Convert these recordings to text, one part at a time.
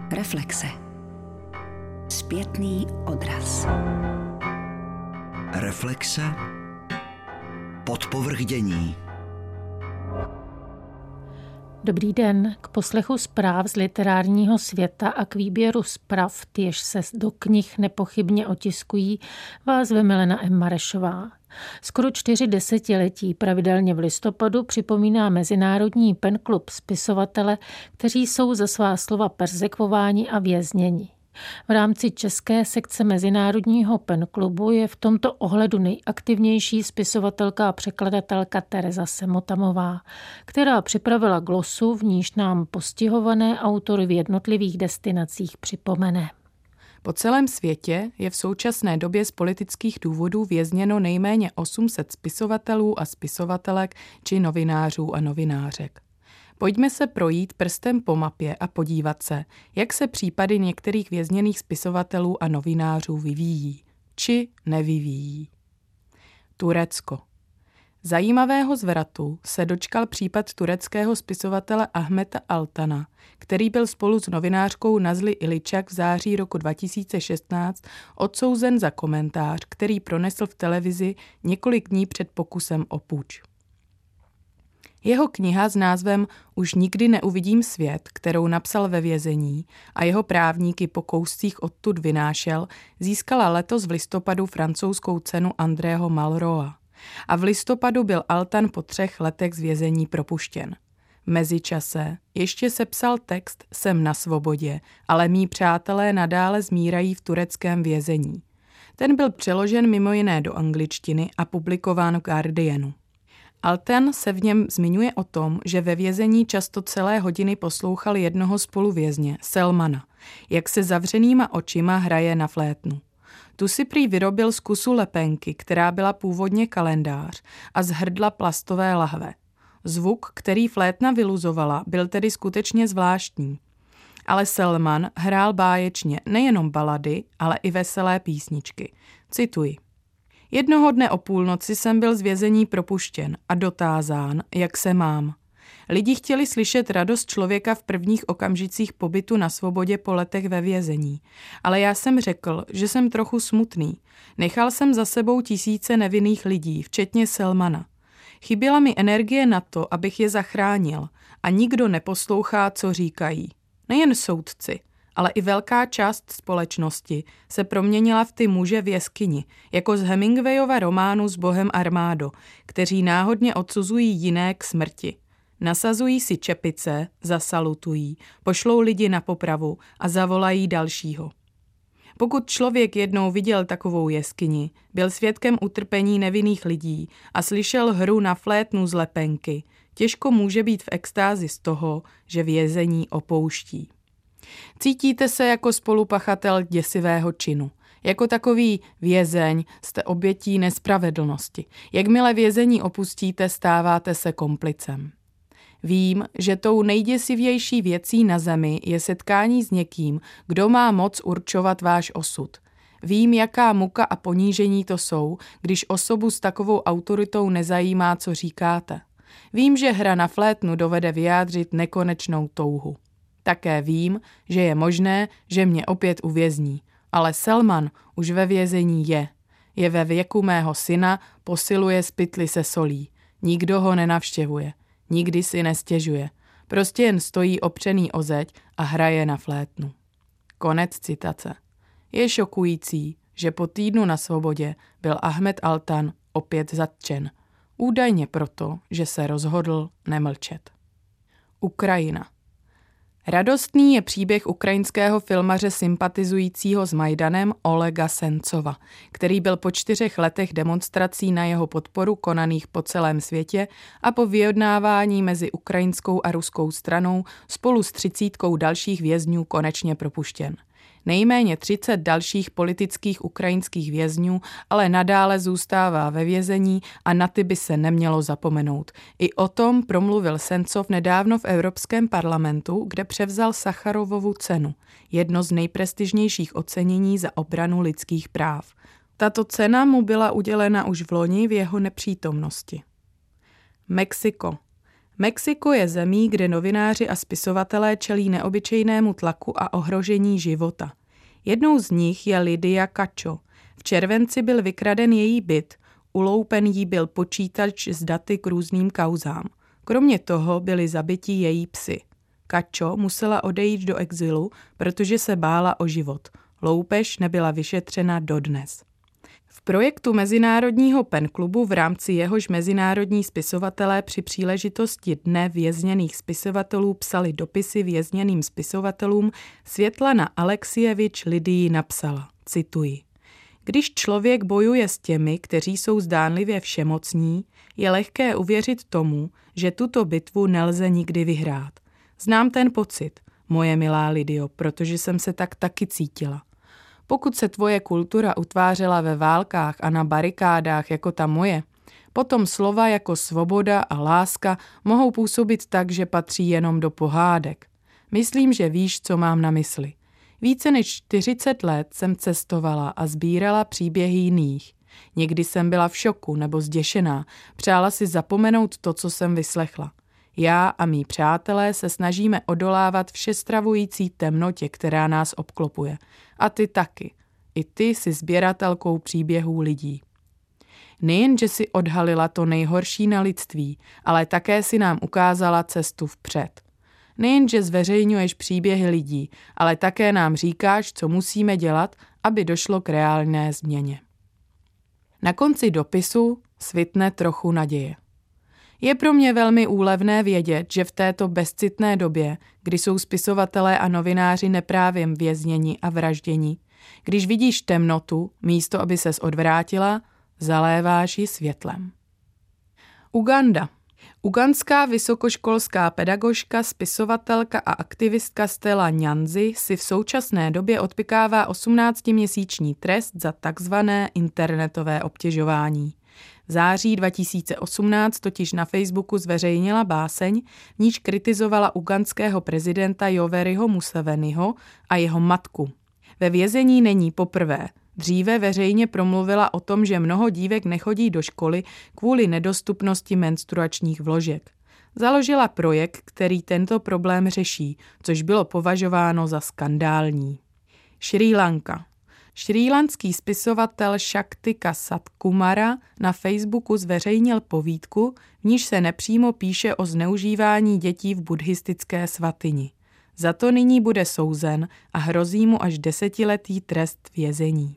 Reflexe. Zpětný odraz. Reflexe. Podpovrchdění. Dobrý den, k poslechu zpráv z literárního světa a k výběru zpráv, jež se do knih nepochybně otiskují, vás ve Milena M. Marešová. Skoro 4 desetiletí pravidelně v listopadu připomíná Mezinárodní pen klub spisovatele, kteří jsou za svá slova perzekvováni a vězněni. V rámci české sekce Mezinárodního pen klubu je v tomto ohledu nejaktivnější spisovatelka a překladatelka Tereza Semotamová, která připravila glosu, v níž nám postihované autory v jednotlivých destinacích připomene. Po celém světě je v současné době z politických důvodů vězněno nejméně 800 spisovatelů a spisovatelek či novinářů a novinářek. Pojďme se projít prstem po mapě a podívat se, jak se případy některých vězněných spisovatelů a novinářů vyvíjí, či nevyvíjí. Turecko. Zajímavého zvratu se dočkal případ tureckého spisovatele Ahmeta Altana, který byl spolu s novinářkou Nazli Iličak v září roku 2016 odsouzen za komentář, který pronesl v televizi několik dní před pokusem o puč. Jeho kniha s názvem Už nikdy neuvidím svět, kterou napsal ve vězení a jeho právníky po kouscích odtud vynášel, získala letos v listopadu francouzskou cenu Andrého Malroa. A v listopadu byl Altan po 3 letech z vězení propuštěn. V mezičase ještě sepsal text Jsem na svobodě, ale mí přátelé nadále zmírají v tureckém vězení. Ten byl přeložen mimo jiné do angličtiny a publikován v Guardianu. Altan se v něm zmiňuje o tom, že ve vězení často celé hodiny poslouchal jednoho spoluvězně, Selmana, jak se zavřenýma očima hraje na flétnu. Tu si prý vyrobil z kusu lepenky, která byla původně kalendář, a z hrdla plastové lahve. Zvuk, který flétna vyluzovala, byl tedy skutečně zvláštní. Ale Selman hrál báječně nejenom balady, ale i veselé písničky. Cituji. Jednoho dne o půlnoci jsem byl z vězení propuštěn a dotázán, jak se mám. Lidi chtěli slyšet radost člověka v prvních okamžicích pobytu na svobodě po letech ve vězení. Ale já jsem řekl, že jsem trochu smutný. Nechal jsem za sebou tisíce nevinných lidí, včetně Selmana. Chyběla mi energie na to, abych je zachránil. A nikdo neposlouchá, co říkají. Nejen soudci, ale i velká část společnosti se proměnila v ty muže v jeskyni, jako z Hemingwayova románu S Bohem armádo, kteří náhodně odsuzují jiné k smrti. Nasazují si čepice, zasalutují, pošlou lidi na popravu a zavolají dalšího. Pokud člověk jednou viděl takovou jeskyni, byl svědkem utrpení nevinných lidí a slyšel hru na flétnu z lepenky, těžko může být v extázi z toho, že vězení opouští. Cítíte se jako spolupachatel děsivého činu. Jako takový vězeň jste obětí nespravedlnosti. Jakmile vězení opustíte, stáváte se komplicem. Vím, že tou nejděsivější věcí na zemi je setkání s někým, kdo má moc určovat váš osud. Vím, jaká muka a ponížení to jsou, když osobu s takovou autoritou nezajímá, co říkáte. Vím, že hra na flétnu dovede vyjádřit nekonečnou touhu. Také vím, že je možné, že mě opět uvězní. Ale Selman už ve vězení je. Je ve věku mého syna, posiluje z pytli se solí. Nikdo ho nenavštěvuje. Nikdy si nestěžuje. Prostě jen stojí opřený o zeď a hraje na flétnu. Konec citace. Je šokující, že po týdnu na svobodě byl Ahmet Altan opět zatčen. Údajně proto, že se rozhodl nemlčet. Ukrajina. Radostný je příběh ukrajinského filmaře sympatizujícího s Majdanem Olega Sencova, který byl po 4 letech demonstrací na jeho podporu konaných po celém světě a po vyjednávání mezi ukrajinskou a ruskou stranou spolu s 30 dalších vězňů konečně propuštěn. Nejméně 30 dalších politických ukrajinských vězňů ale nadále zůstává ve vězení a na ty by se nemělo zapomenout. I o tom promluvil Sencov nedávno v Evropském parlamentu, kde převzal Sacharovovu cenu, jedno z nejprestižnějších ocenění za obranu lidských práv. Tato cena mu byla udělena už v loni v jeho nepřítomnosti. Mexiko. Mexiko je zemí, kde novináři a spisovatelé čelí neobyčejnému tlaku a ohrožení života. Jednou z nich je Lidia Cacho. V červenci byl vykraden její byt, uloupen jí byl počítač s daty k různým kauzám. Kromě toho byli zabiti její psi. Cacho musela odejít do exilu, protože se bála o život. Loupež nebyla vyšetřena dodnes. V projektu Mezinárodního PEN klubu, v rámci jehož mezinárodní spisovatelé při příležitosti Dne vězněných spisovatelů psali dopisy vězněným spisovatelům, Světlana Alexievič Lidii napsala, cituji: Když člověk bojuje s těmi, kteří jsou zdánlivě všemocní, je lehké uvěřit tomu, že tuto bitvu nelze nikdy vyhrát. Znám ten pocit, moje milá Lidio, protože jsem se tak taky cítila. Pokud se tvoje kultura utvářela ve válkách a na barikádách jako ta moje, potom slova jako svoboda a láska mohou působit tak, že patří jenom do pohádek. Myslím, že víš, co mám na mysli. Více než 40 let jsem cestovala a sbírala příběhy jiných. Někdy jsem byla v šoku nebo zděšená, přála si zapomenout to, co jsem vyslechla. Já a mí přátelé se snažíme odolávat všestravující temnotě, která nás obklopuje. A ty taky. I ty jsi sběratelkou příběhů lidí. Nejen, že si odhalila to nejhorší na lidství, ale také si nám ukázala cestu vpřed. Nejen, že zveřejňuješ příběhy lidí, ale také nám říkáš, co musíme dělat, aby došlo k reálné změně. Na konci dopisu svitne trochu naděje. Je pro mě velmi úlevné vědět, že v této bezcitné době, kdy jsou spisovatelé a novináři neprávem vězněni a vražděni, když vidíš temnotu, místo aby ses odvrátila, zaléváš ji světlem. Uganda. Ugandská vysokoškolská pedagožka, spisovatelka a aktivistka Stella Nyanzi si v současné době odpykává 18měsíční trest za takzvané internetové obtěžování. V září 2018 totiž na Facebooku zveřejnila báseň, v níž kritizovala ugandského prezidenta Yoweriho Museveniho a jeho matku. Ve vězení není poprvé. Dříve veřejně promluvila o tom, že mnoho dívek nechodí do školy kvůli nedostupnosti menstruačních vložek. Založila projekt, který tento problém řeší, což bylo považováno za skandální. Srí Lanka. Šrýlanský spisovatel Shaktika Satkumara na Facebooku zveřejnil povídku, v níž se nepřímo píše o zneužívání dětí v buddhistické svatyni. Za to nyní bude souzen a hrozí mu až 10letý trest vězení.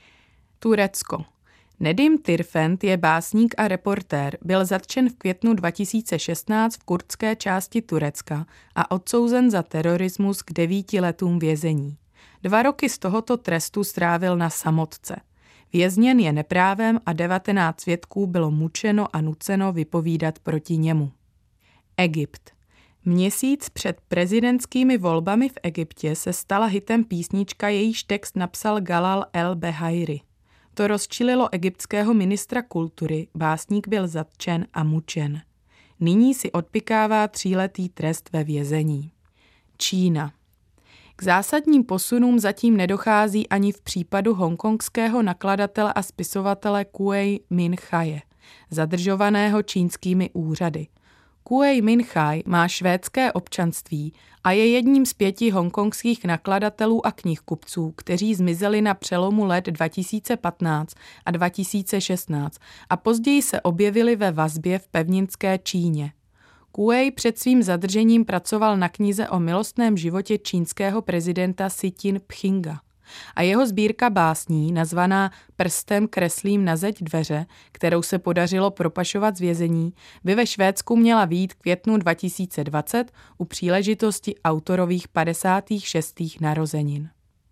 Turecko. Nedim Tirfent je básník a reportér, byl zatčen v květnu 2016 v kurdské části Turecka a odsouzen za terorismus k 9 letům vězení. 2 roky z tohoto trestu strávil na samotce. Vězněn je neprávem a 19 svědků bylo mučeno a nuceno vypovídat proti němu. Egypt. Měsíc před prezidentskými volbami v Egyptě se stala hitem písnička, jejíž text napsal Galal el-Behairi. To rozčililo egyptského ministra kultury, básník byl zatčen a mučen. Nyní si odpykává 3letý trest ve vězení. Čína. K zásadním posunům zatím nedochází ani v případu hongkongského nakladatele a spisovatele Kuei Min-chaie, zadržovaného čínskými úřady. Kuei Min-chai má švédské občanství a je jedním z 5 hongkongských nakladatelů a knihkupců, kteří zmizeli na přelomu let 2015 a 2016 a později se objevili ve vazbě v pevninské Číně. Kuei před svým zadržením pracoval na knize o milostném životě čínského prezidenta Xi Jinpinga. A jeho sbírka básní, nazvaná Prstem kreslím na zeď dveře, kterou se podařilo propašovat z vězení, by ve Švédsku měla vyjít v květnu 2020 u příležitosti autorových 56. narozenin.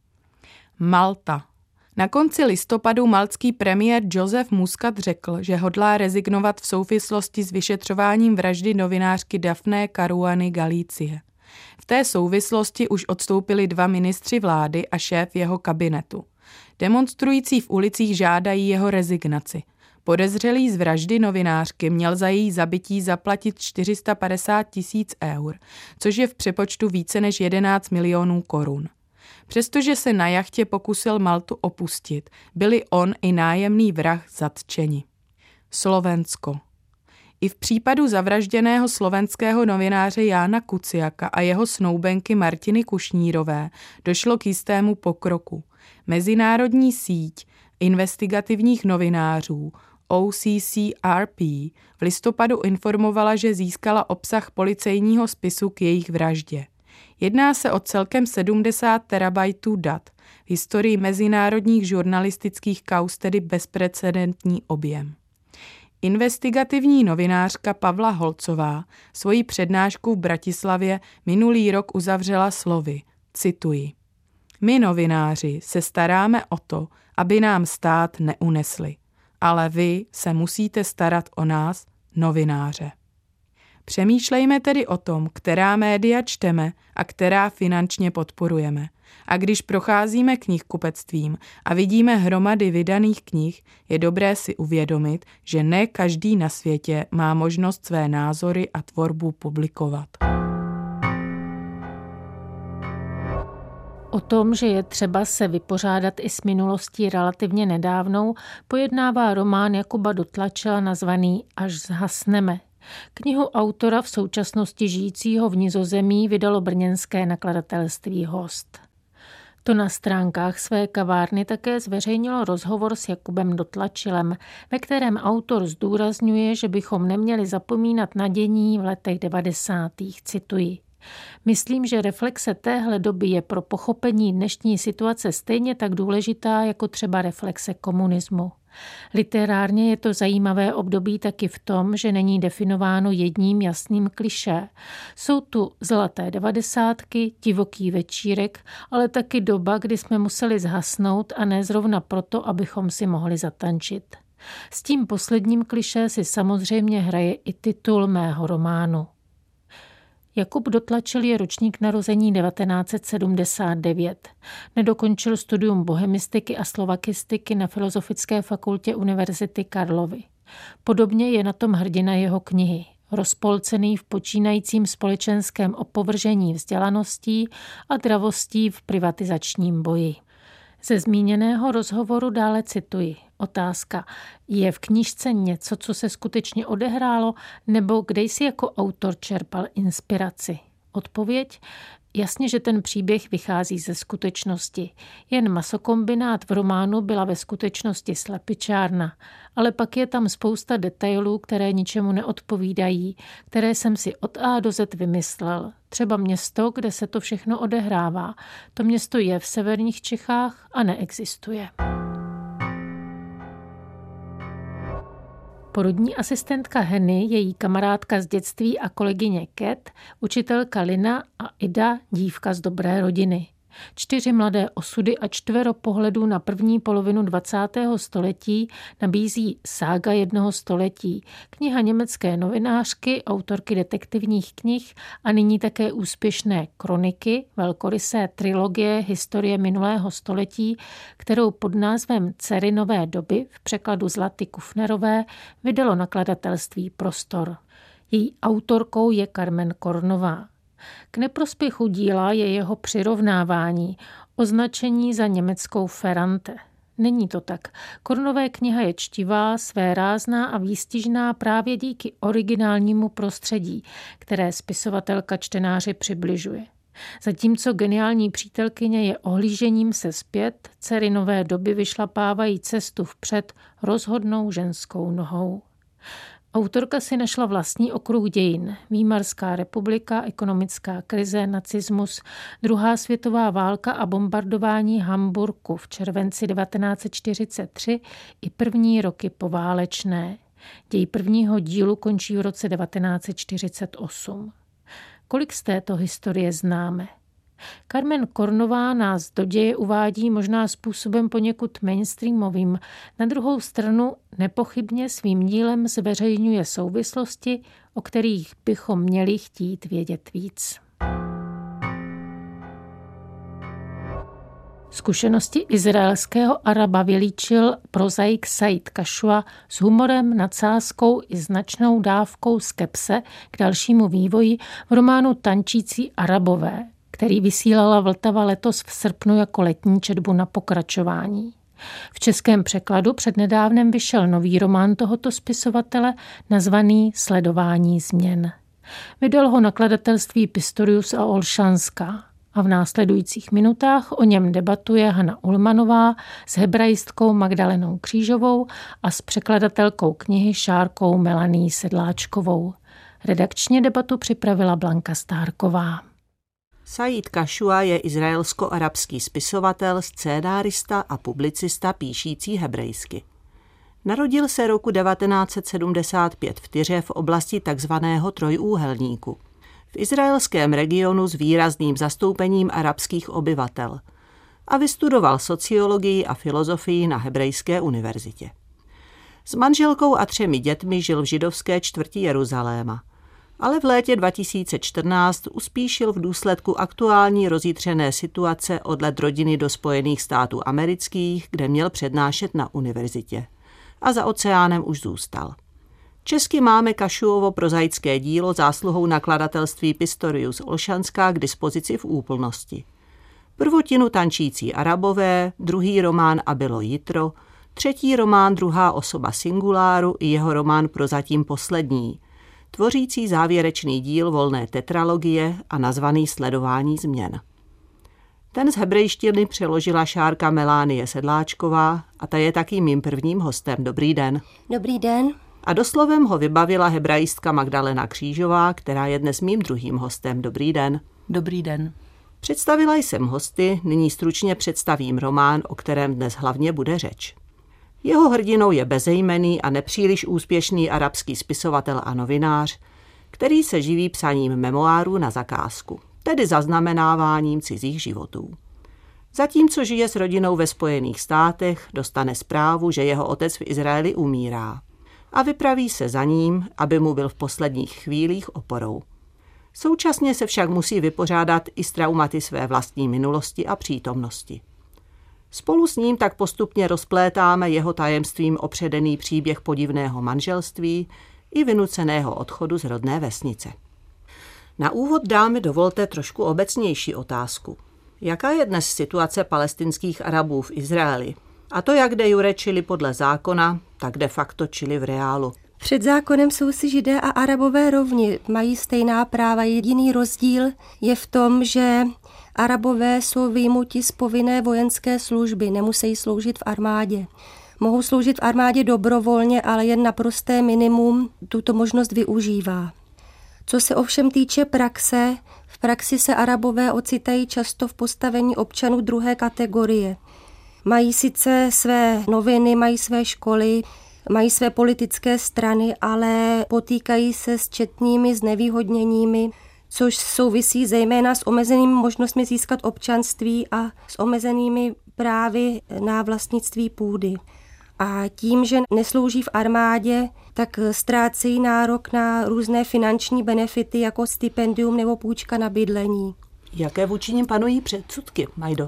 Malta. Na konci listopadu maltský premiér Joseph Muscat řekl, že hodlá rezignovat v souvislosti s vyšetřováním vraždy novinářky Daphné Caruany Galizie. V té souvislosti už odstoupili 2 ministři vlády a šéf jeho kabinetu. Demonstrující v ulicích žádají jeho rezignaci. Podezřelý z vraždy novinářky měl za její zabití zaplatit 450 000 eur, což je v přepočtu více než 11 milionů korun. Přestože se na jachtě pokusil Maltu opustit, byli on i nájemný vrah zatčeni. Slovensko. I v případu zavražděného slovenského novináře Jána Kuciaka a jeho snoubenky Martiny Kušnírové došlo k jistému pokroku. Mezinárodní síť investigativních novinářů OCCRP v listopadu informovala, že získala obsah policejního spisu k jejich vraždě. Jedná se o celkem 70 terabajtů dat. V historii mezinárodních žurnalistických kauz tedy bezprecedentní objem. Investigativní novinářka Pavla Holcová svoji přednášku v Bratislavě minulý rok uzavřela slovy, cituji: My novináři se staráme o to, aby nám stát neunesli, ale vy se musíte starat o nás, novináře. Přemýšlejme tedy o tom, která média čteme a která finančně podporujeme. A když procházíme knihkupectvím a vidíme hromady vydaných knih, je dobré si uvědomit, že ne každý na světě má možnost své názory a tvorbu publikovat. O tom, že je třeba se vypořádat i s minulostí relativně nedávnou, pojednává román Jakuba Dotlačela nazvaný Až zhasneme. Knihu autora v současnosti žijícího v Nizozemí vydalo brněnské nakladatelství Host. To na stránkách své kavárny také zveřejnilo rozhovor s Jakubem Dotlačilem, ve kterém autor zdůrazňuje, že bychom neměli zapomínat na dění v letech 90. Cituji. Myslím, že reflexe téhle doby je pro pochopení dnešní situace stejně tak důležitá jako třeba reflexe komunismu. Literárně je to zajímavé období taky v tom, že není definováno jedním jasným klišé. Jsou tu zlaté 90, divoký večírek, ale taky doba, kdy jsme museli zhasnout a ne zrovna proto, abychom si mohli zatančit. S tím posledním klišé si samozřejmě hraje i titul mého románu. Jakub Dotlačil je ročník narození 1979. Nedokončil studium bohemistiky a slovakistiky na Filozofické fakultě Univerzity Karlovy. Podobně je na tom hrdina jeho knihy. Rozpolcený v počínajícím společenském opovržení vzdělaností a dravostí v privatizačním boji. Ze zmíněného rozhovoru dále cituji. Otázka. Je v knížce něco, co se skutečně odehrálo, nebo kde jsi jako autor čerpal inspiraci? Odpověď. Jasně, že ten příběh vychází ze skutečnosti. Jen masokombinát v románu byla ve skutečnosti slepičárna, ale pak je tam spousta detailů, které ničemu neodpovídají, které jsem si od A do Z vymyslel. Třeba město, kde se to všechno odehrává. To město je v severních Čechách a neexistuje. Porodní asistentka Henny, její kamarádka z dětství a kolegyně Cat, učitelka Lina a Ida, dívka z dobré rodiny. 4 mladé osudy a 4 pohledů na první polovinu 20. století nabízí Sága jednoho století, kniha německé novinářky, autorky detektivních knih a nyní také úspěšné kroniky, velkorysé trilogie historie minulého století, kterou pod názvem Dcery nové doby v překladu Zlaty Kufnerové vydalo nakladatelství Prostor. Její autorkou je Carmen Kornová. K neprospěchu díla je jeho přirovnávání, označení za německou Ferrante. Není to tak. Kornové kniha je čtivá, svérázná a výstižná právě díky originálnímu prostředí, které spisovatelka čtenáři přibližuje. Zatímco geniální přítelkyně je ohlížením se zpět, dcery nové doby vyšlapávají cestu vpřed rozhodnou ženskou nohou. Autorka si našla vlastní okruh dějin. Výmarská republika, ekonomická krize, nacismus, druhá světová válka a bombardování Hamburku v červenci 1943 i první roky poválečné. Děj prvního dílu končí v roce 1948. Kolik z této historie známe? Carmen Kornová nás do děje uvádí možná způsobem poněkud mainstreamovým. Na druhou stranu nepochybně svým dílem zveřejňuje souvislosti, o kterých bychom měli chtít vědět víc. Zkušenosti izraelského Araba vylíčil prozaik Said Kašua s humorem, nadsázkou i značnou dávkou skepse k dalšímu vývoji v románu Tančící Arabové, který vysílala Vltava letos v srpnu jako letní četbu na pokračování. V českém překladu přednedávnem vyšel nový román tohoto spisovatele nazvaný Sledování změn. Vydal ho nakladatelství Pistorius a Olšanská a v následujících minutách o něm debatuje Hana Ulmanová s hebraistkou Magdalenou Křížovou a s překladatelkou knihy Šárkou Melaní Sedláčkovou. Redakčně debatu připravila Blanka Stárková. Said Kašua je izraelsko-arabský spisovatel, scénárista a publicista píšící hebrejsky. Narodil se roku 1975 v Tyře v oblasti takzvaného Trojúhelníku, v izraelském regionu s výrazným zastoupením arabských obyvatel, a vystudoval sociologii a filozofii na Hebrejské univerzitě. S manželkou a 3 dětmi žil v židovské čtvrti Jeruzaléma, ale v létě 2014 uspíšil v důsledku aktuální rozjitřené situace odlet rodiny do Spojených států amerických, kde měl přednášet na univerzitě. A za oceánem už zůstal. Česky máme Kašuovo prozaické dílo zásluhou nakladatelství Pistorius Olšanská k dispozici v úplnosti. Prvotinu Tančící Arabové, druhý román A bylo jitro, třetí román Druhá osoba singuláru i jeho román Prozatím poslední, tvořící závěrečný díl volné tetralogie a nazvaný Sledování změn. Ten z hebrejštiny přeložila Šárka Melánie Sedláčková a ta je taky mým prvním hostem. Dobrý den. Dobrý den. A doslovem ho vybavila hebraistka Magdalena Křížová, která je dnes mým druhým hostem. Dobrý den. Dobrý den. Představila jsem hosty, nyní stručně představím román, o kterém dnes hlavně bude řeč. Jeho hrdinou je bezejmenný a nepříliš úspěšný arabský spisovatel a novinář, který se živí psaním memoárů na zakázku, tedy zaznamenáváním cizích životů. Zatímco žije s rodinou ve Spojených státech, dostane zprávu, že jeho otec v Izraeli umírá a vypraví se za ním, aby mu byl v posledních chvílích oporou. Současně se však musí vypořádat i s traumaty své vlastní minulosti a přítomnosti. Spolu s ním tak postupně rozplétáme jeho tajemstvím opředený příběh podivného manželství i vynuceného odchodu z rodné vesnice. Na úvod dámy dovolte trošku obecnější otázku. Jaká je dnes situace palestinských Arabů v Izraeli? A to jak de jure, čili podle zákona, tak de facto, čili v reálu. Před zákonem jsou si Židé a Arabové rovni, mají stejná práva. Jediný rozdíl je v tom, že Arabové jsou vyjmuti z povinné vojenské služby, nemusí sloužit v armádě. Mohou sloužit v armádě dobrovolně, ale jen naprosté minimum tuto možnost využívá. Co se ovšem týče praxe, v praxi se Arabové ocitají často v postavení občanů druhé kategorie. Mají sice své noviny, mají své školy, mají své politické strany, ale potýkají se s četnými znevýhodněními, což souvisí zejména s omezenými možnostmi získat občanství a s omezenými právy na vlastnictví půdy. A tím, že neslouží v armádě, tak ztrácejí nárok na různé finanční benefity jako stipendium nebo půjčka na bydlení. Jaké vůči nim panují předsudky, Majdo?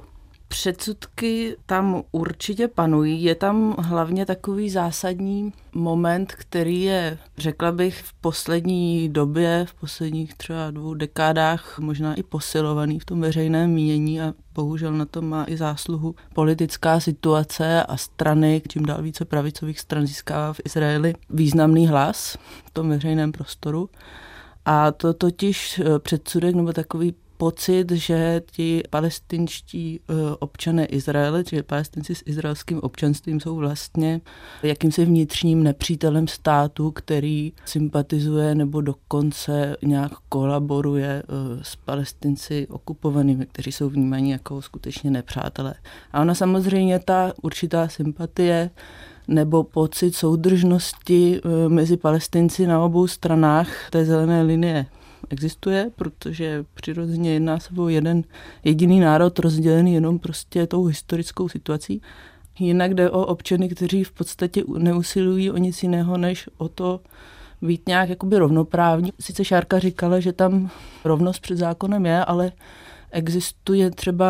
Předsudky tam určitě panují. Je tam hlavně takový zásadní moment, který je, řekla bych, v poslední době, v posledních třeba 2 dekádách možná i posilovaný v tom veřejném mínění a bohužel na to má i zásluhu politická situace a strany, čím dál více pravicových stran získává v Izraeli významný hlas v tom veřejném prostoru. A to totiž předsudek nebo takový pocit, že ti palestinští občané Izraele, či Palestinci s izraelským občanstvím jsou vlastně jakýmsi vnitřním nepřítelem státu, který sympatizuje nebo dokonce nějak kolaboruje s Palestinci okupovanými, kteří jsou vnímaní jako skutečně nepřátelé. A ona samozřejmě ta určitá sympatie nebo pocit soudržnosti mezi Palestinci na obou stranách té zelené linie existuje, protože přirozeně jedná se o jeden jediný národ rozdělený jenom prostě tou historickou situací. Jinak jde o občany, kteří v podstatě neusilují o nic jiného, než o to být nějak jakoby rovnoprávní. Sice Šárka říkala, že tam rovnost před zákonem je, ale existuje třeba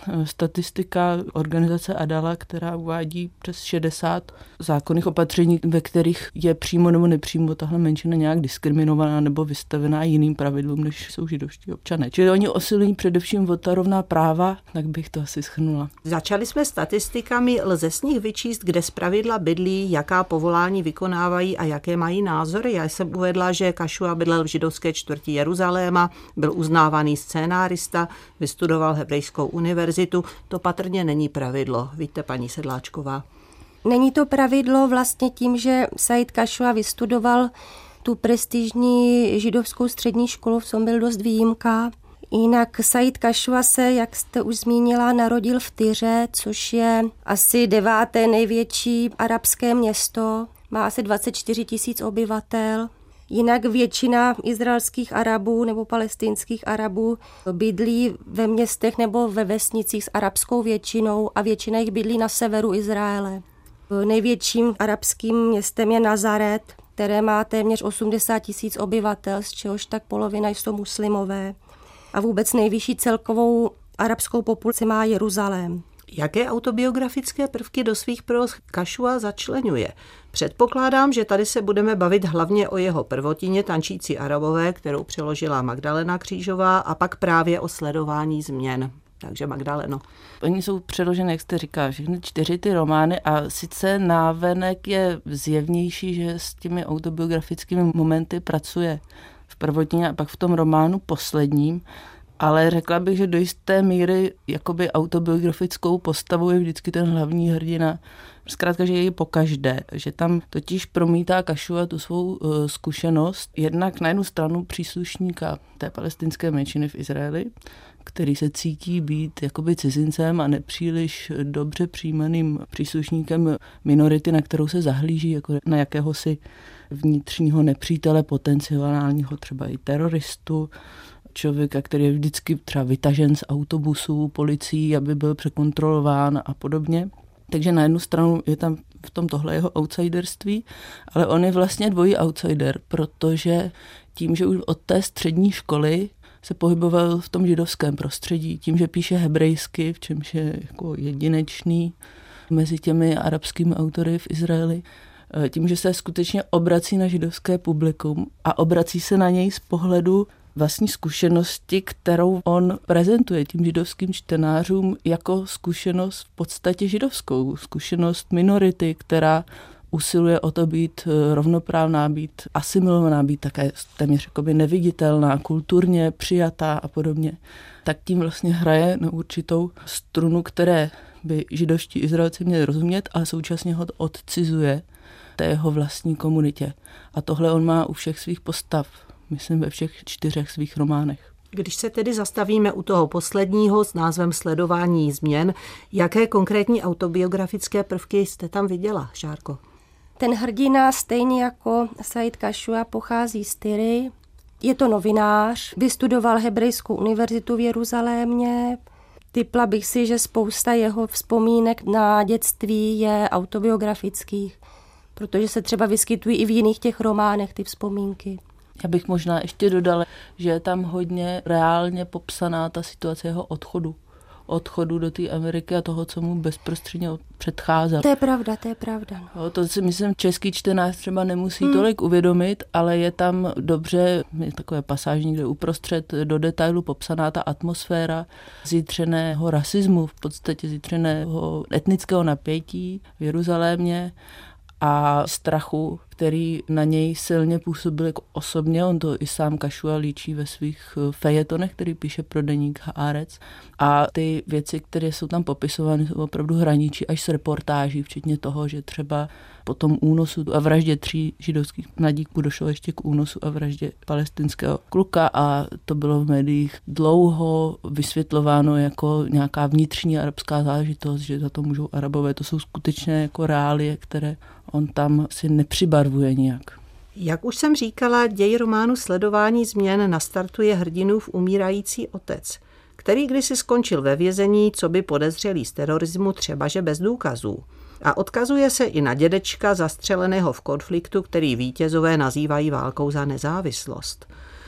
statistika organizace Adala, která uvádí přes 60 zákonných opatření, ve kterých je přímo nebo nepřímo tahle menšina nějak diskriminovaná nebo vystavená jiným pravidlům, než jsou židovští občané. Čili oni osilují především o ta rovná práva, tak bych to asi shrnula. Začali jsme statistikami, lze z nich vyčíst, kde zpravidla bydlí, jaká povolání vykonávají a jaké mají názory. Já jsem uvedla, že Kašua bydlel v židovské čtvrti Jeruzaléma, byl uznávaný scénárista, vystudoval Hebrejskou univerzitu. To patrně není pravidlo, víte, paní Sedláčková. Není to pravidlo vlastně tím, že Said Kašua vystudoval tu prestižní židovskou střední školu, v tom byl dost výjimka. Jinak Said Kašua se, jak jste už zmínila, narodil v Tyře, což je asi 9. největší arabské město. Má asi 24 000 obyvatel. Jinak většina izraelských Arabů nebo palestinských Arabů bydlí ve městech nebo ve vesnicích s arabskou většinou a většina jich bydlí na severu Izraele. Největším arabským městem je Nazaret, které má téměř 80 000 obyvatel, z čehož tak polovina jsou muslimové. A vůbec nejvyšší celkovou arabskou populaci má Jeruzalém. Jaké autobiografické prvky do svých próz Kašua začleňuje? Předpokládám, že tady se budeme bavit hlavně o jeho prvotině Tančící Arabové, kterou přeložila Magdalena Křížová, a pak právě o sledování změn. Takže Magdaleno. Oni jsou přeložené, jak jste říkala, všechny 4 ty romány a sice návenek je zjevnější, že s těmi autobiografickými momenty pracuje v prvotině a pak v tom románu posledním, ale řekla bych, že do jisté míry jakoby autobiografickou postavou je vždycky ten hlavní hrdina. Zkrátka, že je pokaždé, že tam totiž promítá Kašua tu svou zkušenost, jednak na jednu stranu příslušníka té palestinské menšiny v Izraeli, který se cítí být jakoby cizincem a nepříliš dobře přijímaným příslušníkem minority, na kterou se zahlíží jako na jakéhosi vnitřního nepřítele, potenciálního třeba i teroristu, člověka, který je vždycky třeba vytažen z autobusů policií, aby byl překontrolován a podobně. Takže na jednu stranu je tam v tom tohle jeho outsiderství, ale on je vlastně dvojí outsider, protože tím, že už od té střední školy se pohyboval v tom židovském prostředí, tím, že píše hebrejsky, v čemž je jako jedinečný mezi těmi arabskými autory v Izraeli, tím, že se skutečně obrací na židovské publikum a obrací se na něj z pohledu vlastní zkušenosti, kterou on prezentuje tím židovským čtenářům jako zkušenost v podstatě židovskou, zkušenost minority, která usiluje o to být rovnoprávná, být asimilovaná, být také téměř jakoby neviditelná, kulturně přijatá a podobně. Tak tím vlastně hraje na určitou strunu, které by židovští Izraelci měli rozumět, ale současně ho odcizuje té jeho vlastní komunitě. A tohle on má u všech svých postav, myslím ve všech 4 svých románech. Když se tedy zastavíme u toho posledního s názvem Sledování změn, jaké konkrétní autobiografické prvky jste tam viděla, Šárko? Ten hrdina, stejně jako Said Kašua, pochází z Tyry. Je to novinář, vystudoval Hebrejskou univerzitu v Jeruzalémě. Tipla bych si, že spousta jeho vzpomínek na dětství je autobiografických, protože se třeba vyskytují i v jiných těch románech ty vzpomínky. Já bych možná ještě dodala, že je tam hodně reálně popsaná ta situace jeho odchodu do té Ameriky a toho, co mu bezprostředně předcházelo. To je pravda. No. To si myslím, český čtenář třeba nemusí tolik uvědomit, ale je tam dobře, je takové pasáž někde uprostřed do detailu popsaná ta atmosféra zjitřeného rasismu, v podstatě zjitřeného etnického napětí v Jeruzalémě a strachu, který na něj silně působil jako osobně. On to i sám Kašua líčí ve svých fejetonech, který píše pro deník Haaretz. A ty věci, které jsou tam popisovány, jsou opravdu hraničí až s reportáží, včetně toho, že třeba po tom únosu a vraždě 3 židovských mladíků došlo ještě k únosu a vraždě palestinského kluka a to bylo v médiích dlouho vysvětlováno jako nějaká vnitřní arabská záležitost, že za to můžou Arabové. To jsou skutečně jako reálie, které on tam si nepřibarvuje nijak. Jak už jsem říkala, děj románu Sledování změn nastartuje hrdinův umírající otec, který kdysi skončil ve vězení, co by podezřelý z terorismu, třeba že bez důkazů. A odkazuje se i na dědečka zastřeleného v konfliktu, který vítězové nazývají válkou za nezávislost.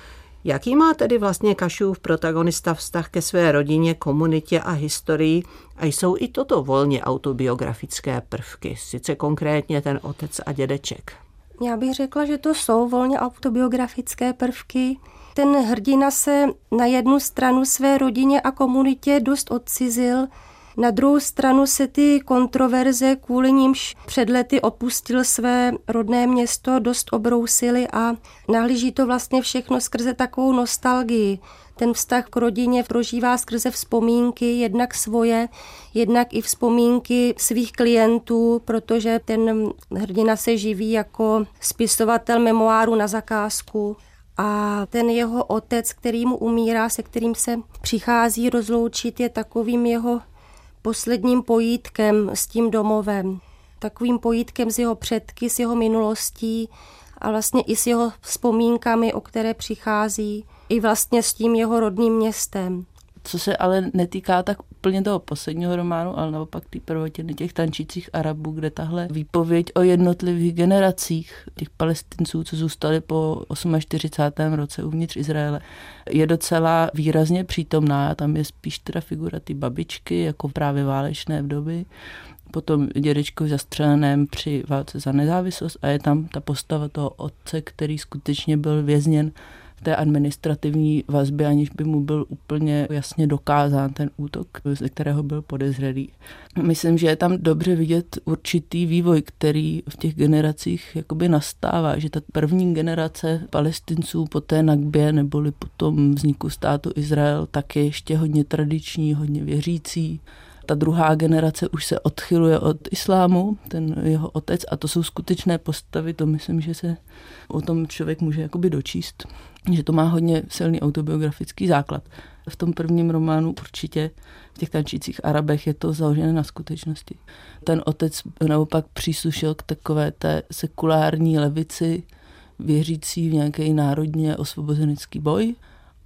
Jaký má tedy vlastně Kašův protagonista vztah ke své rodině, komunitě a historii? A jsou i toto volně autobiografické prvky, sice konkrétně ten otec a dědeček? Já bych řekla, že to jsou volně autobiografické prvky. Ten hrdina se na jednu stranu své rodině a komunitě dost odcizil, na druhou stranu se ty kontroverze, kvůli nímž před lety opustil své rodné město, dost obrousily a nahlíží to vlastně všechno skrze takovou nostalgii. Ten vztah k rodině prožívá skrze vzpomínky, jednak svoje, jednak i vzpomínky svých klientů, protože ten hrdina se živí jako spisovatel memoáru na zakázku. A ten jeho otec, který mu umírá, se kterým se přichází rozloučit, je takovým jeho posledním pojítkem s tím domovem. Takovým pojítkem s jeho předky, s jeho minulostí a vlastně i s jeho vzpomínkami, o které přichází, i vlastně s tím jeho rodným městem. Co se ale netýká tak úplně toho posledního románu, ale naopak té prvotiny těch Tančících Arabů, kde tahle výpověď o jednotlivých generacích těch Palestinců, co zůstali po 48. roce uvnitř Izraele, je docela výrazně přítomná. Tam je spíš teda figura ty babičky, jako právě válečné vdovy, potom dědečko zastřeleném při válce za nezávislost a je tam ta postava toho otce, který skutečně byl vězněn v té administrativní vazbě, aniž by mu byl úplně jasně dokázán ten útok, ze kterého byl podezřelý. Myslím, že je tam dobře vidět určitý vývoj, který v těch generacích jakoby nastává, že ta první generace Palestinců po té Nakbě neboli po tom vzniku státu Izrael tak je ještě hodně tradiční, hodně věřící. Ta druhá generace už se odchyluje od islámu, ten jeho otec, a to jsou skutečné postavy, to myslím, že se o tom člověk může jakoby dočíst, že to má hodně silný autobiografický základ. V tom prvním románu určitě v těch Tančících Arabech je to založené na skutečnosti. Ten otec naopak příslušel k takové té sekulární levici, věřící v nějaký národně osvobozenický boj.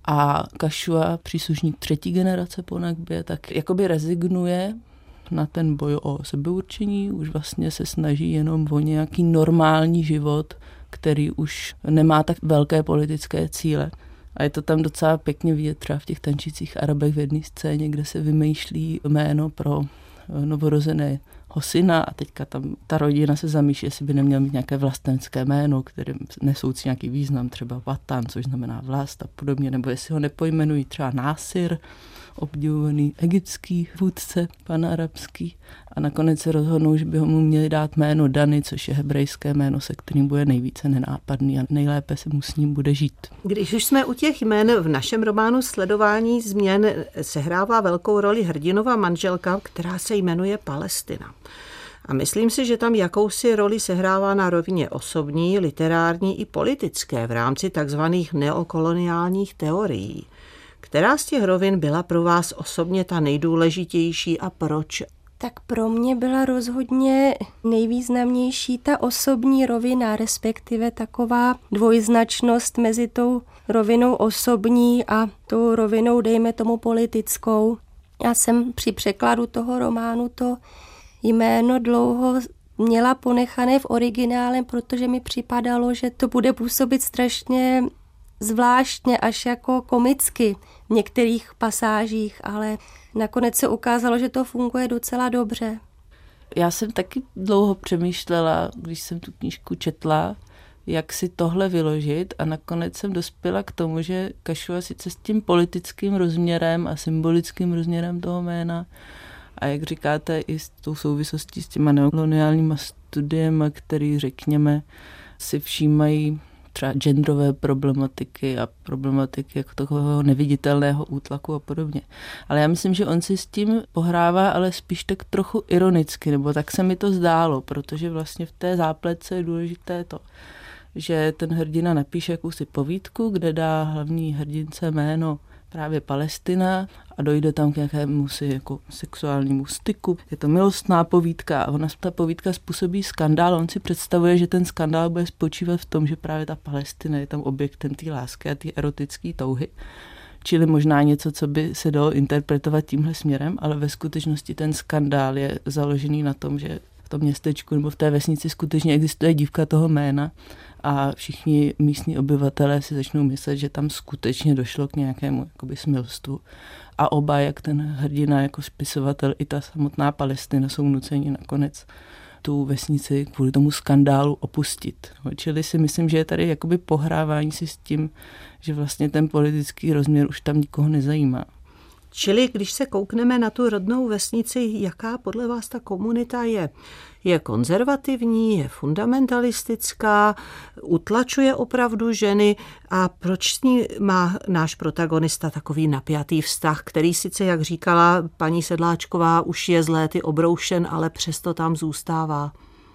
A Kašua, příslušník třetí generace po Nakbě, tak jakoby rezignuje na ten boj o sebeurčení, už vlastně se snaží jenom o nějaký normální život, který už nemá tak velké politické cíle. A je to tam docela pěkně vidět třeba v těch Tančících Arabech v jedné scéně, kde se vymýšlí jméno pro novorozeného syna a teďka tam ta rodina se zamýšlí, jestli by neměl mít nějaké vlastenecké jméno, kterým nesoucí nějaký význam, třeba Vatan, což znamená vlast a podobně, nebo jestli ho nepojmenují třeba Násir, obdivovaný egyptský vůdce, panarabský, a nakonec se rozhodnou, že by ho mu měli dát jméno Dani, což je hebrejské jméno, se kterým bude nejvíce nenápadný a nejlépe se mu s ním bude žít. Když už jsme u těch jmén, v našem románu Sledování změn sehrává velkou roli hrdinova manželka, která se jmenuje Palestina. A myslím si, že tam jakousi roli sehrává na rovině osobní, literární i politické v rámci takzvaných neokoloniálních teorií. Která z těch rovin byla pro vás osobně ta nejdůležitější a proč? Tak pro mě byla rozhodně nejvýznamnější ta osobní rovina, respektive taková dvojznačnost mezi tou rovinou osobní a tou rovinou, dejme tomu, politickou. Já jsem při překladu toho románu to jméno dlouho měla ponechané v originále, protože mi připadalo, že to bude působit strašně zvláštně až jako komicky v některých pasážích, ale nakonec se ukázalo, že to funguje docela dobře. Já jsem taky dlouho přemýšlela, když jsem tu knížku četla, jak si tohle vyložit a nakonec jsem dospěla k tomu, že Kašua sice s tím politickým rozměrem a symbolickým rozměrem toho jména a jak říkáte i s tou souvislostí s těma neokoloniálníma studiemi, který řekněme si všímají třeba genderové problematiky a problematiky jako takového neviditelného útlaku a podobně. Ale já myslím, že on si s tím pohrává, ale spíš tak trochu ironicky, nebo tak se mi to zdálo, protože vlastně v té zápletce je důležité to, že ten hrdina napíše jakousi povídku, kde dá hlavní hrdince jméno právě Palestina a dojde tam k nějakému si jako sexuálnímu styku. Je to milostná povídka a ta povídka způsobí skandál. On si představuje, že ten skandál bude spočívat v tom, že právě ta Palestina je tam objektem té lásky a té erotické touhy. Čili možná něco, co by se dalo interpretovat tímhle směrem, ale ve skutečnosti ten skandál je založený na tom, že v tom městečku nebo v té vesnici skutečně existuje dívka toho jména a všichni místní obyvatelé si začnou myslet, že tam skutečně došlo k nějakému jakoby smilstvu. A oba, jak ten hrdina jako spisovatel i ta samotná Palestina, jsou nuceni nakonec tu vesnici kvůli tomu skandálu opustit. Čili si myslím, že je tady jakoby pohrávání si s tím, že vlastně ten politický rozměr už tam nikoho nezajímá. Čili když se koukneme na tu rodnou vesnici, jaká podle vás ta komunita je? Je konzervativní, je fundamentalistická, utlačuje opravdu ženy a proč s ní má náš protagonista takový napjatý vztah, který sice, jak říkala paní Sedláčková, už je z léty obroušen, ale přesto tam zůstává?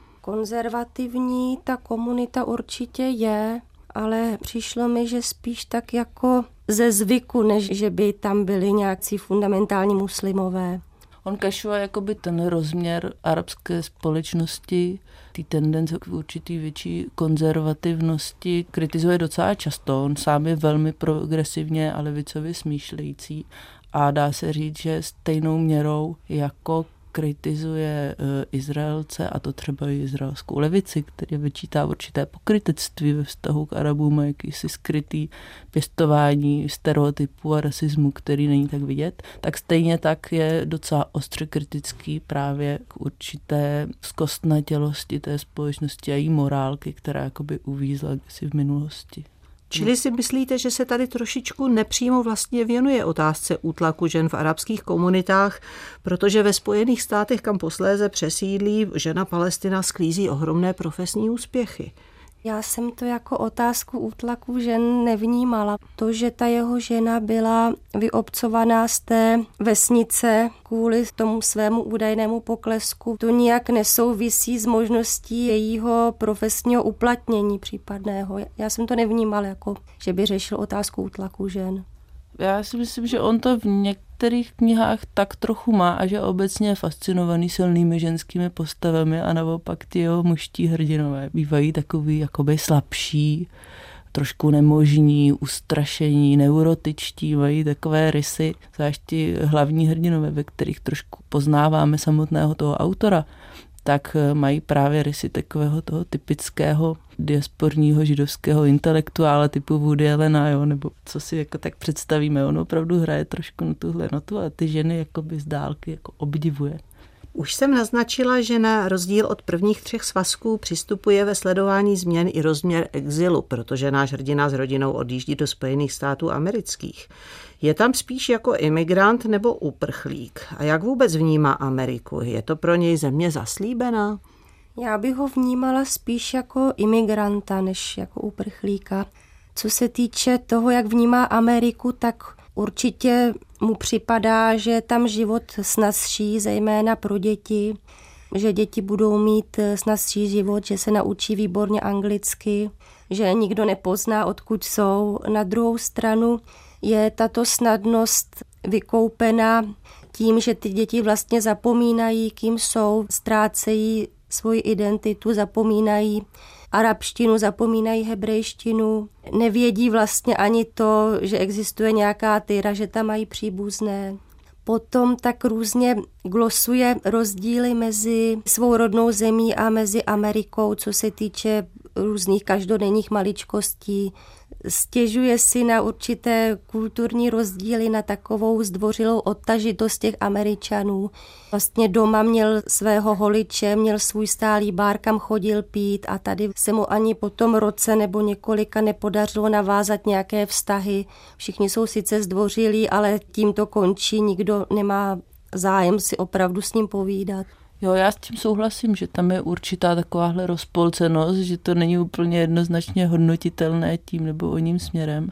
Konzervativní ta komunita určitě je, ale přišlo mi, že spíš tak jako ze zvyku, než že by tam byli nějací fundamentální muslimové. On kašuje jakoby ten rozměr arabské společnosti, ty tendence k určitý větší konzervativnosti kritizuje docela často. On sám je velmi progresivně a levicově smýšlející a dá se říct, že stejnou měrou jako kritizuje Izraelce, a to třeba i izraelskou levici, který vyčítá určité pokrytectví ve vztahu k Arabům a jakýsi skrytý pěstování stereotypů a rasismu, který není tak vidět, tak stejně tak je docela ostře kritický právě k určité zkostnatělosti té společnosti a její morálky, která jakoby uvízla si v minulosti. Čili si myslíte, že se tady trošičku nepřímo vlastně věnuje otázce útlaku žen v arabských komunitách, protože ve Spojených státech, kam posléze přesídlí, žena Palestina sklízí ohromné profesní úspěchy. Já jsem to jako otázku útlaku žen nevnímala. To, že ta jeho žena byla vyobcovaná z té vesnice kvůli tomu svému údajnému poklesku, to nijak nesouvisí s možností jejího profesního uplatnění případného. Já jsem to nevnímala, jako že by řešil otázku útlaku žen. Já si myslím, že on to v některých knihách tak trochu má a že obecně je fascinovaný silnými ženskými postavami a naopak ty jeho mužští hrdinové bývají takový jakoby slabší, trošku nemožní, ustrašení, neurotičtí, mají takové rysy, zvlášť ti hlavní hrdinové, ve kterých trošku poznáváme samotného toho autora, tak mají právě rysy takového toho typického diasporního židovského intelektuála typu Woody Allena, jo, nebo co si jako tak představíme. On opravdu hraje trošku na tuhle notu a ty ženy jakoby z dálky jako obdivuje. Už jsem naznačila, že na rozdíl od prvních 3 svazků přistupuje ve sledování změn i rozměr exilu, protože náš hrdina s rodinou odjíždí do Spojených států amerických. Je tam spíš jako imigrant nebo uprchlík? A jak vůbec vnímá Ameriku? Je to pro něj země zaslíbená? Já bych ho vnímala spíš jako imigranta, než jako uprchlíka. Co se týče toho, jak vnímá Ameriku, tak určitě mu připadá, že je tam život snazší, zejména pro děti, že děti budou mít snazší život, že se naučí výborně anglicky, že nikdo nepozná, odkud jsou. Na druhou stranu je tato snadnost vykoupena tím, že ty děti vlastně zapomínají, kým jsou, ztrácejí svoji identitu, zapomínají arabštinu, zapomínají hebrejštinu, nevědí vlastně ani to, že existuje nějaká tyra, že tam mají příbuzné. Potom tak různě glosuje rozdíly mezi svou rodnou zemí a mezi Amerikou, co se týče různých každodenních maličkostí. Stěžuje si na určité kulturní rozdíly, na takovou zdvořilou odtažitost těch Američanů. Vlastně doma měl svého holiče, měl svůj stálý bar, kam chodil pít a tady se mu ani po tom roce nebo několika nepodařilo navázat nějaké vztahy. Všichni jsou sice zdvořilí, ale tím to končí, nikdo nemá zájem si opravdu s ním povídat. Jo, já s tím souhlasím, že tam je určitá takováhle rozpolcenost, že to není úplně jednoznačně hodnotitelné tím nebo oním směrem,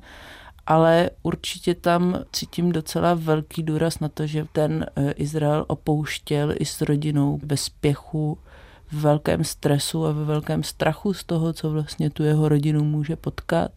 ale určitě tam cítím docela velký důraz na to, že ten Izrael opouštěl i s rodinou ve spěchu, v velkém stresu a ve velkém strachu z toho, co vlastně tu jeho rodinu může potkat.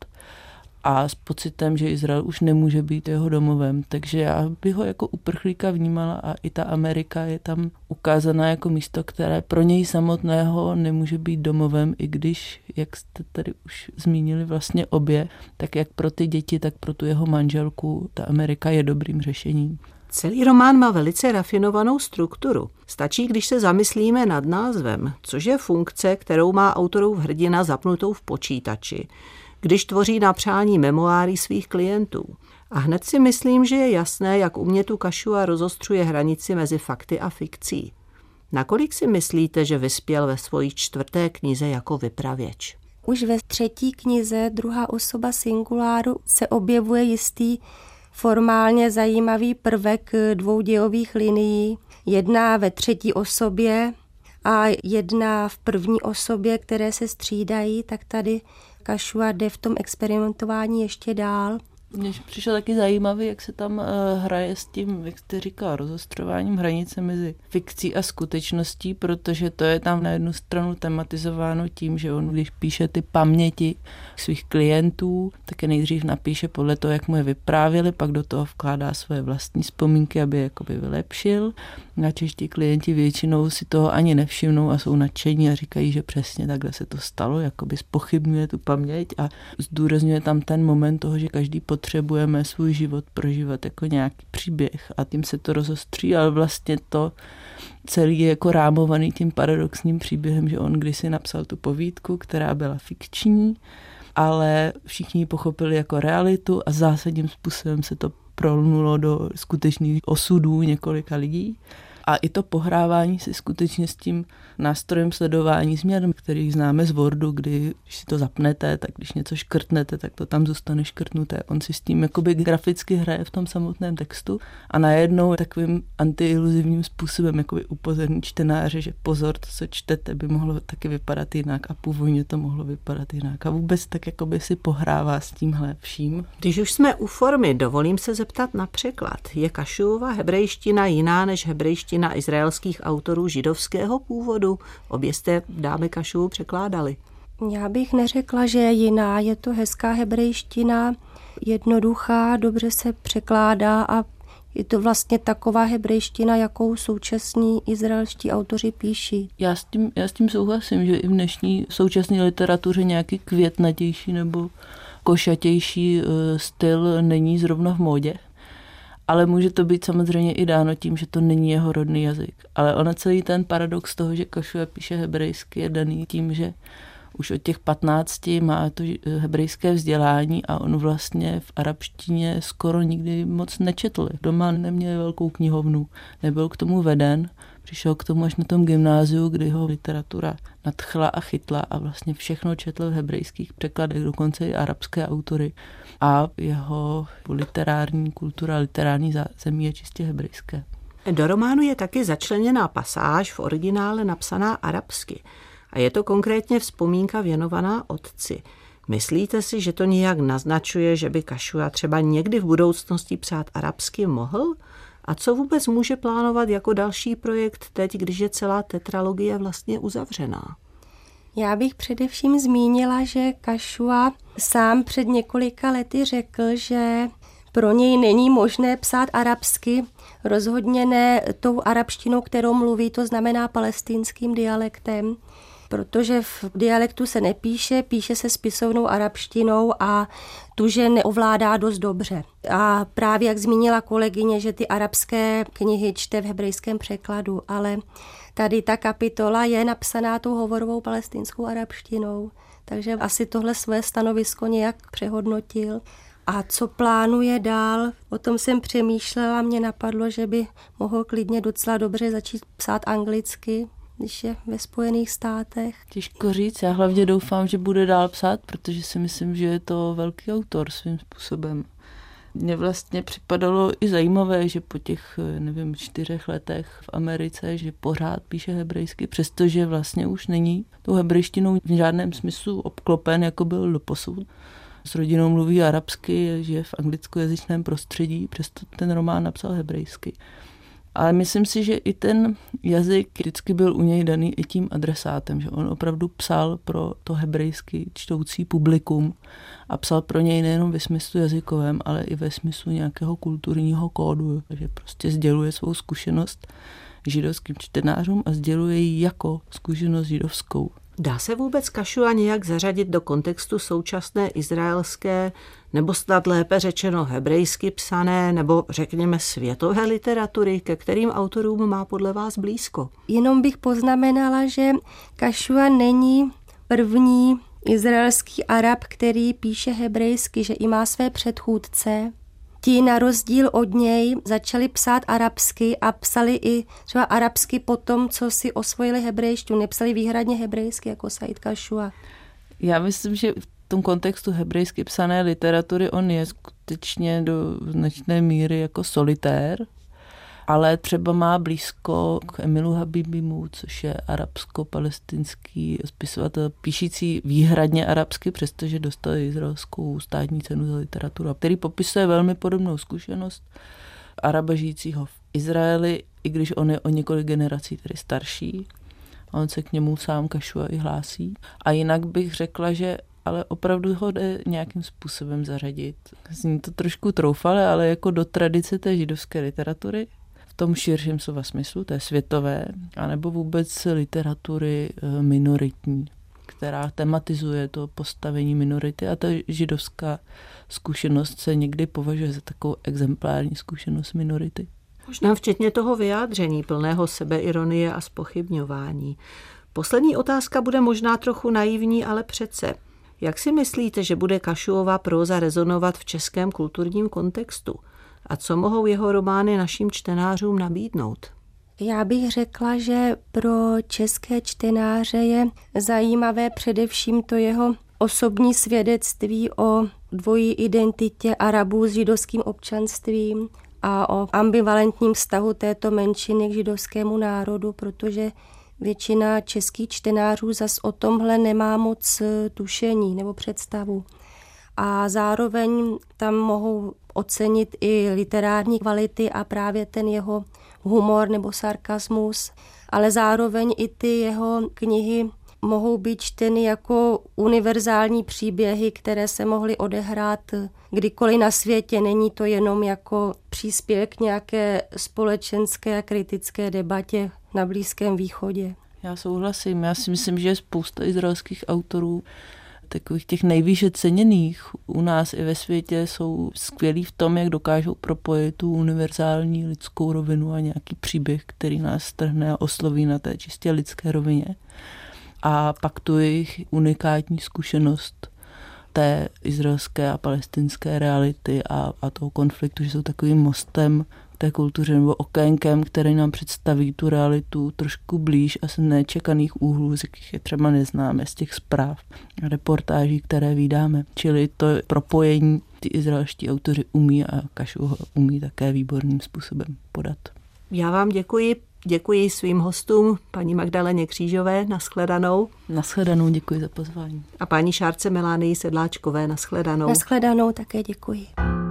A s pocitem, že Izrael už nemůže být jeho domovem. Takže já bych ho jako uprchlíka vnímala a i ta Amerika je tam ukázaná jako místo, které pro něj samotného nemůže být domovem, i když, jak jste tady už zmínili vlastně obě, tak jak pro ty děti, tak pro tu jeho manželku ta Amerika je dobrým řešením. Celý román má velice rafinovanou strukturu. Stačí, když se zamyslíme nad názvem, což je funkce, kterou má autorův hrdina zapnutou v počítači, když tvoří na přání memoáry svých klientů. A hned si myslím, že je jasné, jak umě tu Kašua rozostřuje hranici mezi fakty a fikcí. Nakolik si myslíte, že vyspěl ve svojí 4. knize jako vypravěč? Už ve 3. knize druhá osoba singuláru se objevuje jistý formálně zajímavý prvek 2 dějových linií. Jedna ve 3. osobě a jedna v 1. osobě, které se střídají, tak tady Kašua jde v tom experimentování ještě dál. Mně přišlo taky zajímavý, jak se tam hraje s tím, jak jste říkal, rozostrováním hranice mezi fikcí a skutečností, protože to je tam na jednu stranu tematizováno tím, že on, když píše ty paměti svých klientů, tak je nejdřív napíše podle toho, jak mu je vyprávěli, pak do toho vkládá svoje vlastní vzpomínky, aby je jakoby vylepšil. Načeští klienti většinou si toho ani nevšimnou a jsou nadšení a říkají, že přesně takhle se to stalo, jakoby zpochybňuje tu paměť a zdůrazňuje tam ten moment toho, že každý potřebujeme svůj život prožívat jako nějaký příběh a tím se to rozostří, ale vlastně to celý je jako rámovaný tím paradoxním příběhem, že on kdysi napsal tu povídku, která byla fikční, ale všichni ji pochopili jako realitu a zásadním způsobem se to prolnulo do skutečných osudů několika lidí. A i to pohrávání si skutečně s tím nástrojem sledování změn, který známe z Wordu, kdy když si to zapnete, tak když něco škrtnete, tak to tam zůstane škrtnuté. On si s tím jakoby graficky hraje v tom samotném textu a najednou takovým antiiluzivním způsobem jakoby upozorní čtenáře, že pozor, to, co čtete, by mohlo taky vypadat jinak a původně to mohlo vypadat jinak. A vůbec tak jakoby si pohrává s tímhle vším. Když už jsme u formy, dovolím se zeptat na překlad. Je Kašuova hebrejština jiná než hebrejština izraelských autorů židovského původu? Obě jste, dámy, Kašuvu překládali. Já bych neřekla, že je jiná. Je to hezká hebrejština, jednoduchá, dobře se překládá a je to vlastně taková hebrejština, jakou současní izraelští autoři píší. Já s tím souhlasím, že i v dnešní současné literatuře nějaký květnatější nebo košatější styl není zrovna v módě. Ale může to být samozřejmě i dáno tím, že to není jeho rodný jazyk. Ale ono celý ten paradox toho, že Kašua píše hebrejsky, je daný tím, že už od těch 15 má to hebrejské vzdělání a on vlastně v arabštině skoro nikdy moc nečetl. Doma neměl velkou knihovnu, nebyl k tomu veden. Přišel k tomu až na tom gymnáziu, kdy ho literatura nadchla a chytla a vlastně všechno četl v hebrejských překladech, dokonce i arabské autory. A jeho literární kultura, literární zázemí je čistě hebrejské. Do románu je taky začleněná pasáž v originále napsaná arabsky. A je to konkrétně vzpomínka věnovaná otci. Myslíte si, že to nějak naznačuje, že by Kašua třeba někdy v budoucnosti psát arabsky mohl? A co vůbec může plánovat jako další projekt teď, když je celá tetralogie vlastně uzavřená? Já bych především zmínila, že Kašua sám před několika lety řekl, že pro něj není možné psát arabsky, rozhodně ne tou arabštinou, kterou mluví, to znamená palestinským dialektem, protože v dialektu se nepíše, píše se spisovnou arabštinou a tu, že neovládá dost dobře. A právě jak zmínila kolegyně, že ty arabské knihy čte v hebrejském překladu, ale tady ta kapitola je napsaná tou hovorovou palestinskou arabštinou, takže asi tohle své stanovisko nějak přehodnotil. A co plánuje dál, o tom jsem přemýšlela, mě napadlo, že by mohl klidně docela dobře začít psát anglicky, když je ve Spojených státech. Těžko říct, já hlavně doufám, že bude dál psát, protože si myslím, že je to velký autor svým způsobem. Mně vlastně připadalo i zajímavé, že po těch, 4 letech v Americe, že pořád píše hebrejsky, přestože vlastně už není tou hebrejštinou v žádném smyslu obklopen, jako byl doposud. S rodinou mluví arabsky, žije v anglickojazyčném prostředí, přesto ten román napsal hebrejsky. Ale myslím si, že i ten jazyk vždycky byl u něj daný i tím adresátem, že on opravdu psal pro to hebrejsky čtoucí publikum a psal pro něj nejenom ve smyslu jazykovém, ale i ve smyslu nějakého kulturního kódu, že prostě sděluje svou zkušenost židovským čtenářům a sděluje ji jako zkušenost židovskou. Dá se vůbec kašua nějak zařadit do kontextu současné izraelské, nebo snad lépe řečeno hebrejsky psané, nebo řekněme světové literatury, ke kterým autorům má podle vás blízko? Jenom bych poznamenala, že kašua není první izraelský Arab, který píše hebrejsky, že i má své předchůdce. Ti na rozdíl od něj začali psát arabsky a psali i třeba arabsky po tom, co si osvojili hebrejštinu. Nepsali výhradně hebrejsky jako Said Kašua. Já myslím, že v tom kontextu hebrejsky psané literatury on je skutečně do značné míry jako solitér, ale třeba má blízko k Emilu Habibimu, což je arabsko-palestinský spisovatel, píšící výhradně arabsky, přestože dostal izraelskou státní cenu za literaturu, který popisuje velmi podobnou zkušenost Araba žijícího v Izraeli, i když on je o několik generací tedy starší. On se k němu sám Kašua i hlásí. A jinak bych řekla, že ale opravdu ho jde nějakým způsobem zařadit. Zní to trošku troufale, ale jako do tradice té židovské literatury, v tom širším slova smyslu, té světové, anebo vůbec literatury minoritní, která tematizuje to postavení minority, a ta židovská zkušenost se někdy považuje za takovou exemplární zkušenost minority. Možná včetně toho vyjádření plného sebeironie a zpochybňování. Poslední otázka bude možná trochu naivní, ale přece. Jak si myslíte, že bude Kašuova próza rezonovat v českém kulturním kontextu? A co mohou jeho romány našim čtenářům nabídnout? Já bych řekla, že pro české čtenáře je zajímavé především to jeho osobní svědectví o dvojí identitě Arabů s židovským občanstvím a o ambivalentním vztahu této menšiny k židovskému národu, protože většina českých čtenářů zas o tomhle nemá moc tušení nebo představu. A zároveň tam mohou ocenit i literární kvality a právě ten jeho humor nebo sarkasmus, ale zároveň i ty jeho knihy mohou být čteny jako univerzální příběhy, které se mohly odehrát kdykoliv na světě. Není to jenom jako příspěvek k nějaké společenské a kritické debatě na Blízkém východě. Já souhlasím. Já si myslím, že spousta izraelských autorů, takových těch nejvýše ceněných u nás i ve světě, jsou skvělí v tom, jak dokážou propojit tu univerzální lidskou rovinu a nějaký příběh, který nás strhne a osloví na té čistě lidské rovině. A pak tu jejich unikátní zkušenost té izraelské a palestinské reality a toho konfliktu, že jsou takovým mostem té kultuře nebo okénkem, který nám představí tu realitu trošku blíž a z nečekaných úhlů, z jakých je třeba neznáme, z těch zpráv a reportáží, které vídáme. Čili to propojení ty izraelští autoři umí a Kašua ho umí také výborným způsobem podat. Já vám děkuji. Děkuji svým hostům, paní Magdaleně Křížové, nashledanou. Nashledanou, děkuji za pozvání. A paní Šárce Melánii Sedláčkové, nashledanou. Nashledanou, také děkuji.